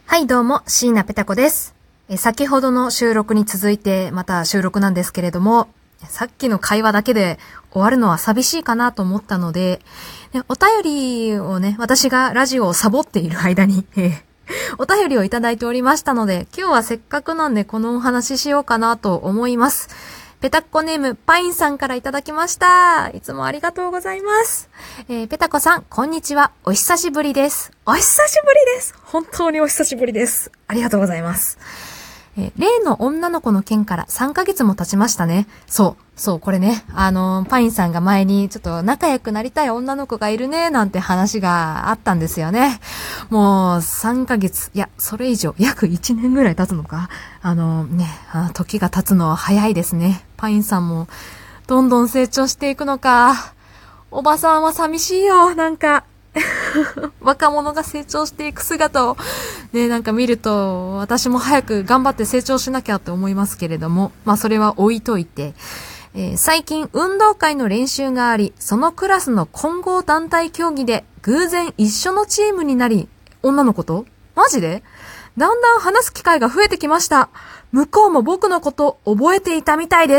はいどうも、椎名ペタ子です。先ほどの収録に続いてまた収録なんですけれども、さっきの会話だけで終わるのは寂しいかなと思ったので、お便りをね、私がラジオをサボっている間に、お便りをいただいておりましたので、今日はせっかくなんでこのお話ししようかなと思います。ペタッコネームパインさんからいただきました。いつもありがとうございます。ペタコさん、こんにちは。お久しぶりです。お久しぶりです。本当にお久しぶりです。ありがとうございます。例の女の子の件から3ヶ月も経ちましたね。そう、これね、パインさんが前にちょっと仲良くなりたい女の子がいるね、なんて話があったんですよね。もう3ヶ月、いや、それ以上、約1年ぐらい経つのか。時が経つのは早いですね。パインさんも、どんどん成長していくのか。おばさんは寂しいよ、なんか。若者が成長していく姿をね、なんか見ると私も早く頑張って成長しなきゃって思いますけれども、まあそれは置いといて、最近運動会の練習があり、そのクラスの混合団体競技で偶然一緒のチームになり、女の子と？マジで？だんだん話す機会が増えてきました。向こうも僕のこと覚えていたみたいです。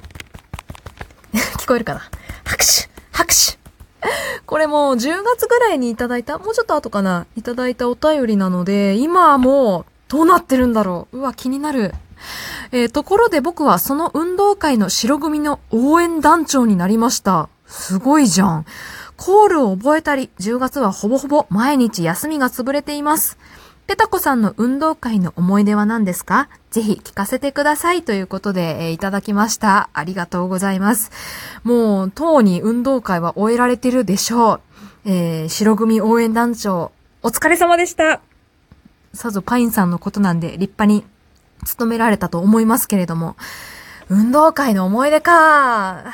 聞こえるかな？拍手。これもう10月ぐらいにいただいた、もうちょっと後かな、いただいたお便りなので、今はもうどうなってるんだろう。うわ、気になる。ところで僕はその運動会の白組の応援団長になりました。すごいじゃん。コールを覚えたり、10月はほぼほぼ毎日休みが潰れています。ペタコさんの運動会の思い出は何ですか？ぜひ聞かせてくださいということで、いただきました。ありがとうございます。もう、とうに運動会は終えられてるでしょう。白組応援団長、お疲れ様でした。さぞパインさんのことなんで立派に務められたと思いますけれども、運動会の思い出か。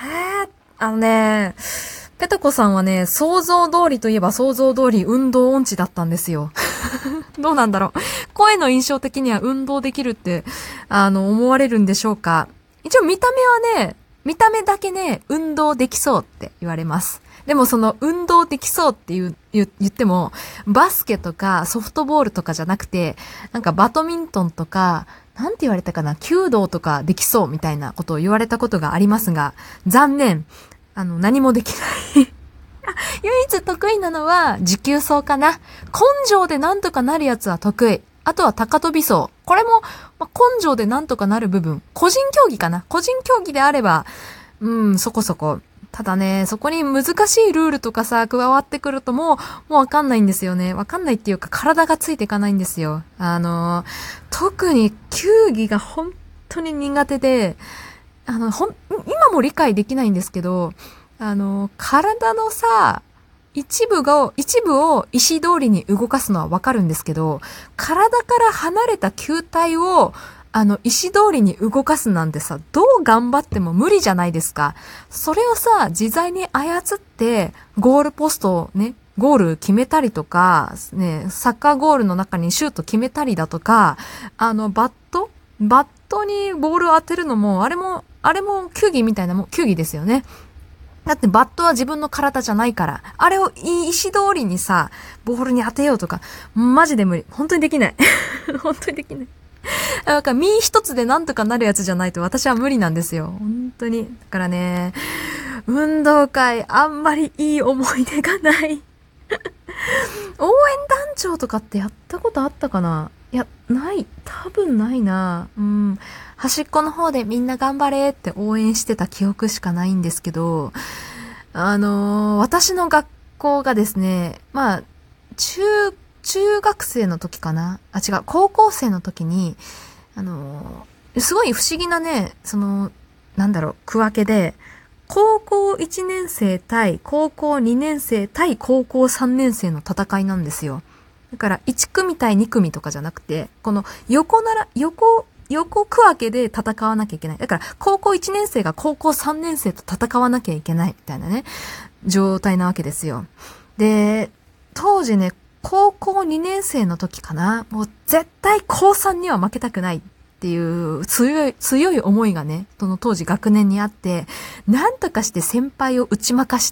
ペタコさんはね、想像通りといえば想像通り運動音痴だったんですよ。どうなんだろう。声の印象的には運動できるって、思われるんでしょうか。一応見た目だけね、運動できそうって言われます。でもその運動できそうって言っても、バスケとかソフトボールとかじゃなくて、なんかバドミントンとか、なんて言われたかな、弓道とかできそうみたいなことを言われたことがありますが、残念。何もできない。唯一得意なのは持久走かな。根性でなんとかなるやつは得意。あとは高跳び走。これも、根性でなんとかなる部分。個人競技かな。個人競技であれば、そこそこ。ただね、そこに難しいルールとかさ、加わってくるともうわかんないんですよね。わかんないっていうか体がついていかないんですよ。特に球技が本当に苦手で、今も理解できないんですけど、体のさ、一部を意思通りに動かすのはわかるんですけど、体から離れた球体を、意思通りに動かすなんてさ、どう頑張っても無理じゃないですか。それをさ、自在に操って、ゴールポストをね、ゴール決めたりとか、ね、サッカーゴールの中にシュート決めたりだとか、バットにボールを当てるのも、あれも球技みたいな球技ですよね。だってバットは自分の体じゃないから、あれを意思通りにさ、ボールに当てようとか、マジで無理。本当にできない。本当にできない。なんか身一つでなんとかなるやつじゃないと私は無理なんですよ。本当に。だからね、運動会あんまりいい思い出がない。応援団長とかってやったことあったかな？いや、ない。多分ないな。端っこの方でみんな頑張れって応援してた記憶しかないんですけど、私の学校がですね、中学生の時かな？違う、高校生の時に、すごい不思議なね、区分けで、高校1年生対高校2年生対高校3年生の戦いなんですよ。だから1組対2組とかじゃなくて、この横区分けで戦わなきゃいけない。だから高校1年生が高校3年生と戦わなきゃいけないみたいなね、状態なわけですよ。で、当時ね、高校2年生の時かな、もう絶対高3には負けたくないっていう強い思いがね、その当時学年にあって、なんとかして先輩を打ち負かしたい。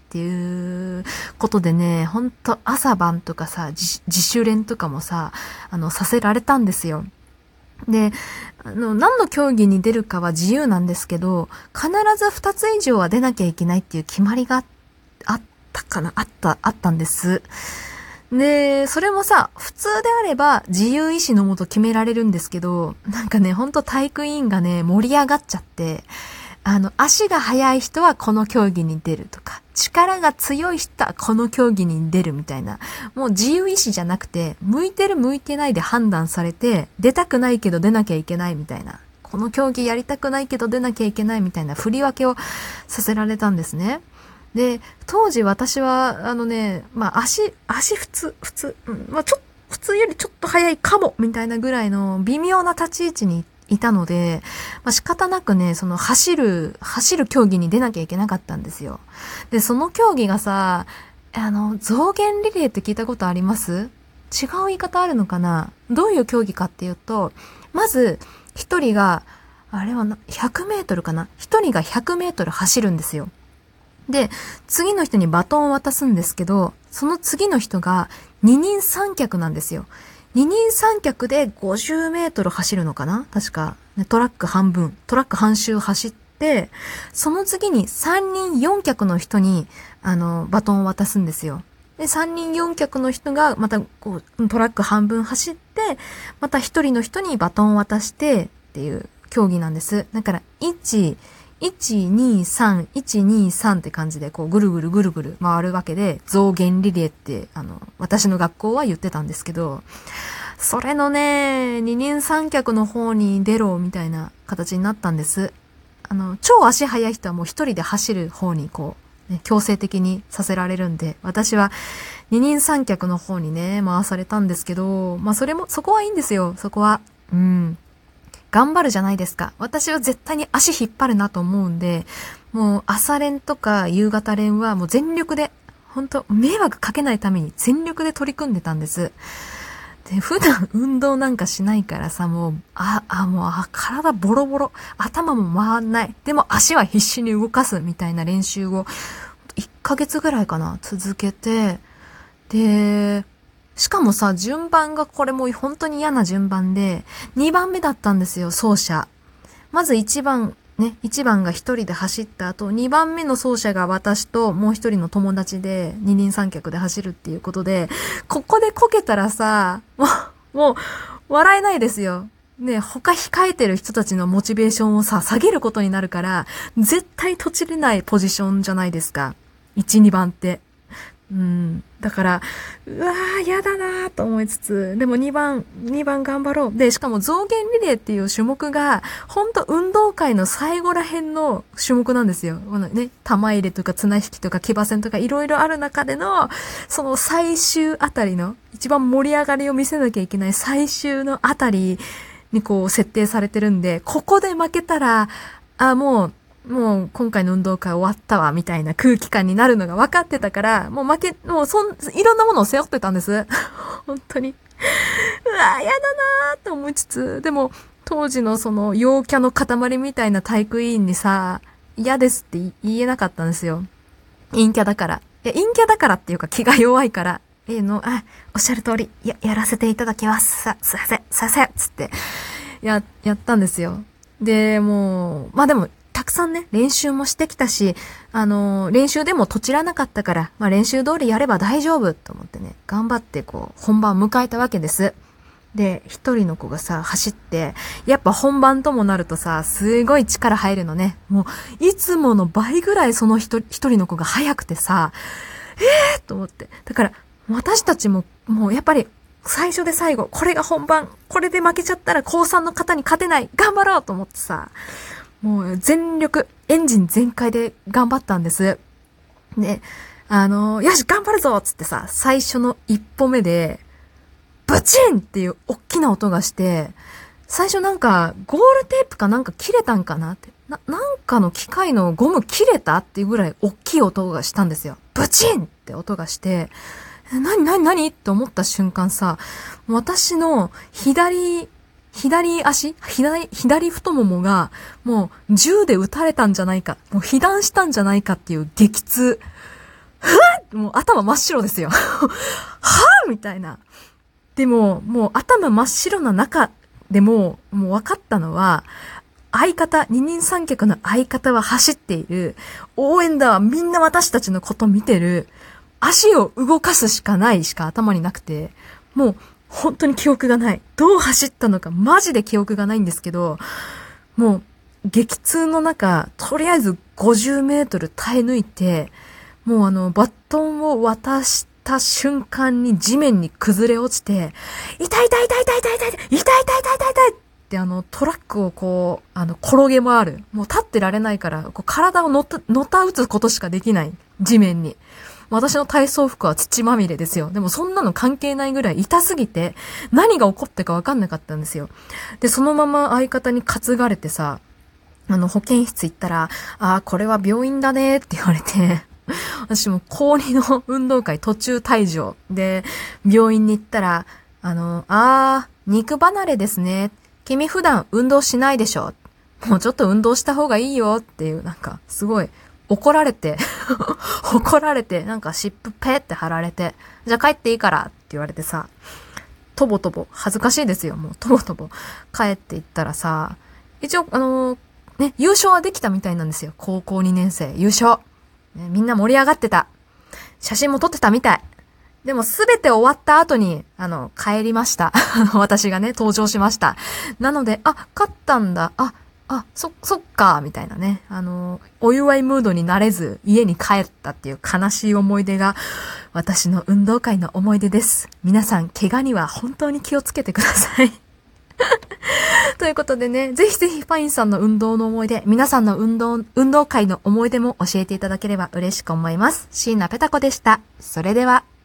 っていうことでね、ほんと朝晩とかさ、自主練とかもさ、させられたんですよ。で、何の競技に出るかは自由なんですけど、必ず2つ以上は出なきゃいけないっていう決まりがあったんです。で、それもさ、普通であれば自由意志のもと決められるんですけど、なんかね、ほんと体育委員がね、盛り上がっちゃって、足が速い人はこの競技に出るとか、力が強い人はこの競技に出るみたいな、もう自由意志じゃなくて、向いてる向いてないで判断されて、出たくないけど出なきゃいけないみたいな、この競技やりたくないけど出なきゃいけないみたいな振り分けをさせられたんですね。で、当時私は、足普通、普通よりちょっと速いかもみたいなぐらいの微妙な立ち位置にいたので、仕方なくね、その走る競技に出なきゃいけなかったんですよ。で、その競技がさ、増減リレーって聞いたことあります？違う言い方あるのかな？どういう競技かっていうと、まず、一人が、あれは100メートルかな？一人が100メートル走るんですよ。で、次の人にバトンを渡すんですけど、その次の人が二人三脚なんですよ。二人三脚で50メートル走るのかな？確か、ね、トラック半周走って、その次に三人四脚の人に、バトンを渡すんですよ。で、三人四脚の人がまたこう、トラック半分走って、また一人の人にバトンを渡してっていう競技なんです。だから、123って感じでこうぐるぐる回るわけで、増減リレーって私の学校は言ってたんですけど、それのね、二人三脚の方に出ろみたいな形になったんです。超足速い人はもう一人で走る方にこう、ね、強制的にさせられるんで、私は二人三脚の方にね、回されたんですけど、そこはいいんですよ、そこは。頑張るじゃないですか。私は絶対に足引っ張るなと思うんで、もう朝練とか夕方練はもう全力で、本当迷惑かけないために全力で取り組んでたんです。で、普段運動なんかしないからさ、もう体ボロボロ、頭も回んない。でも足は必死に動かすみたいな練習を1ヶ月ぐらいかな、続けて、で、しかもさ、順番がこれも本当に嫌な順番で、2番目だったんですよ、走者。まず1番が一人で走った後、2番目の走者が私ともう一人の友達で二人三脚で走るっていうことで、ここでこけたらさ、もう、笑えないですよ。ね、他控えてる人たちのモチベーションをさ、下げることになるから、絶対とちれないポジションじゃないですか。1、2番って。だから、やだなーと思いつつ、でも2番頑張ろう。で、しかも増減リレーっていう種目が、ほんと運動会の最後ら辺の種目なんですよ。玉入れとか綱引きとか騎馬戦とかいろいろある中での、その最終あたりの、一番盛り上がりを見せなきゃいけない最終のあたりにこう設定されてるんで、ここで負けたら、もう今回の運動会終わったわ、みたいな空気感になるのが分かってたから、いろんなものを背負ってたんです。本当に。やだなーって思いつつ、でも、当時のその陽キャの塊みたいな体育委員にさ、嫌ですって言えなかったんですよ。陰キャだから。陰キャだからっていうか気が弱いから、おっしゃる通り、やらせていただきます。すいません、つって、やったんですよ。で、もう、でも、たくさんね、練習もしてきたし、練習でもとちらなかったから、練習通りやれば大丈夫と思ってね、頑張ってこう、本番を迎えたわけです。で、一人の子がさ、走って、やっぱ本番ともなるとさ、すごい力入るのね。もう、いつもの倍ぐらいその一人の子が速くてさ、と思って。だから、私たちも、もうやっぱり、最初で最後、これが本番、これで負けちゃったら高3の方に勝てない、頑張ろうと思ってさ、もう全力、エンジン全開で頑張ったんです。で、よし、頑張るぞつってさ、最初の一歩目で、ブチンっていう大きな音がして、最初なんか、ゴールテープかなんか切れたんかなって、なんかの機械のゴム切れたっていうぐらい大きい音がしたんですよ。ブチンって音がして、何って思った瞬間さ、私の左足左太ももが、もう銃で撃たれたんじゃないか、もう被弾したんじゃないかっていう激痛。 もう頭真っ白ですよ。はぁみたいな。でも、もう頭真っ白な中でもう分かったのは、二人三脚の相方は走っている。応援団はみんな私たちのこと見てる。足を動かすしかないしか頭になくて、もう本当に記憶がない。どう走ったのかマジで記憶がないんですけど、もう激痛の中、とりあえず50メートル耐え抜いて、もうバトンを渡した瞬間に地面に崩れ落ちて、痛い痛い痛い痛い痛い痛い痛い痛い痛い痛い痛いってトラックをこう、転げ回る。もう立ってられないから、こう体をのた打つことしかできない。地面に。私の体操服は土まみれですよ。でもそんなの関係ないぐらい痛すぎて、何が起こったかわかんなかったんですよ。で、そのまま相方に担がれてさ、保健室行ったら、これは病院だねって言われて、私も高2の運動会途中退場で、病院に行ったら、肉離れですね。君普段運動しないでしょ。もうちょっと運動した方がいいよっていう、なんか、すごい、怒られて、なんか湿布ペって貼られて、じゃあ帰っていいからって言われてさ、とぼとぼ、恥ずかしいですよ、もう、とぼとぼ、帰っていったらさ、一応、優勝はできたみたいなんですよ。高校2年生、優勝。みんな盛り上がってた。写真も撮ってたみたい。でもすべて終わった後に、帰りました。私がね、登場しました。なので、勝ったんだ。そっか、みたいなね。お祝いムードになれず、家に帰ったっていう悲しい思い出が、私の運動会の思い出です。皆さん、怪我には本当に気をつけてください。ということでね、ぜひぜひパインさんの運動の思い出、皆さんの運動会の思い出も教えていただければ嬉しく思います。椎名ペタ子でした。それでは。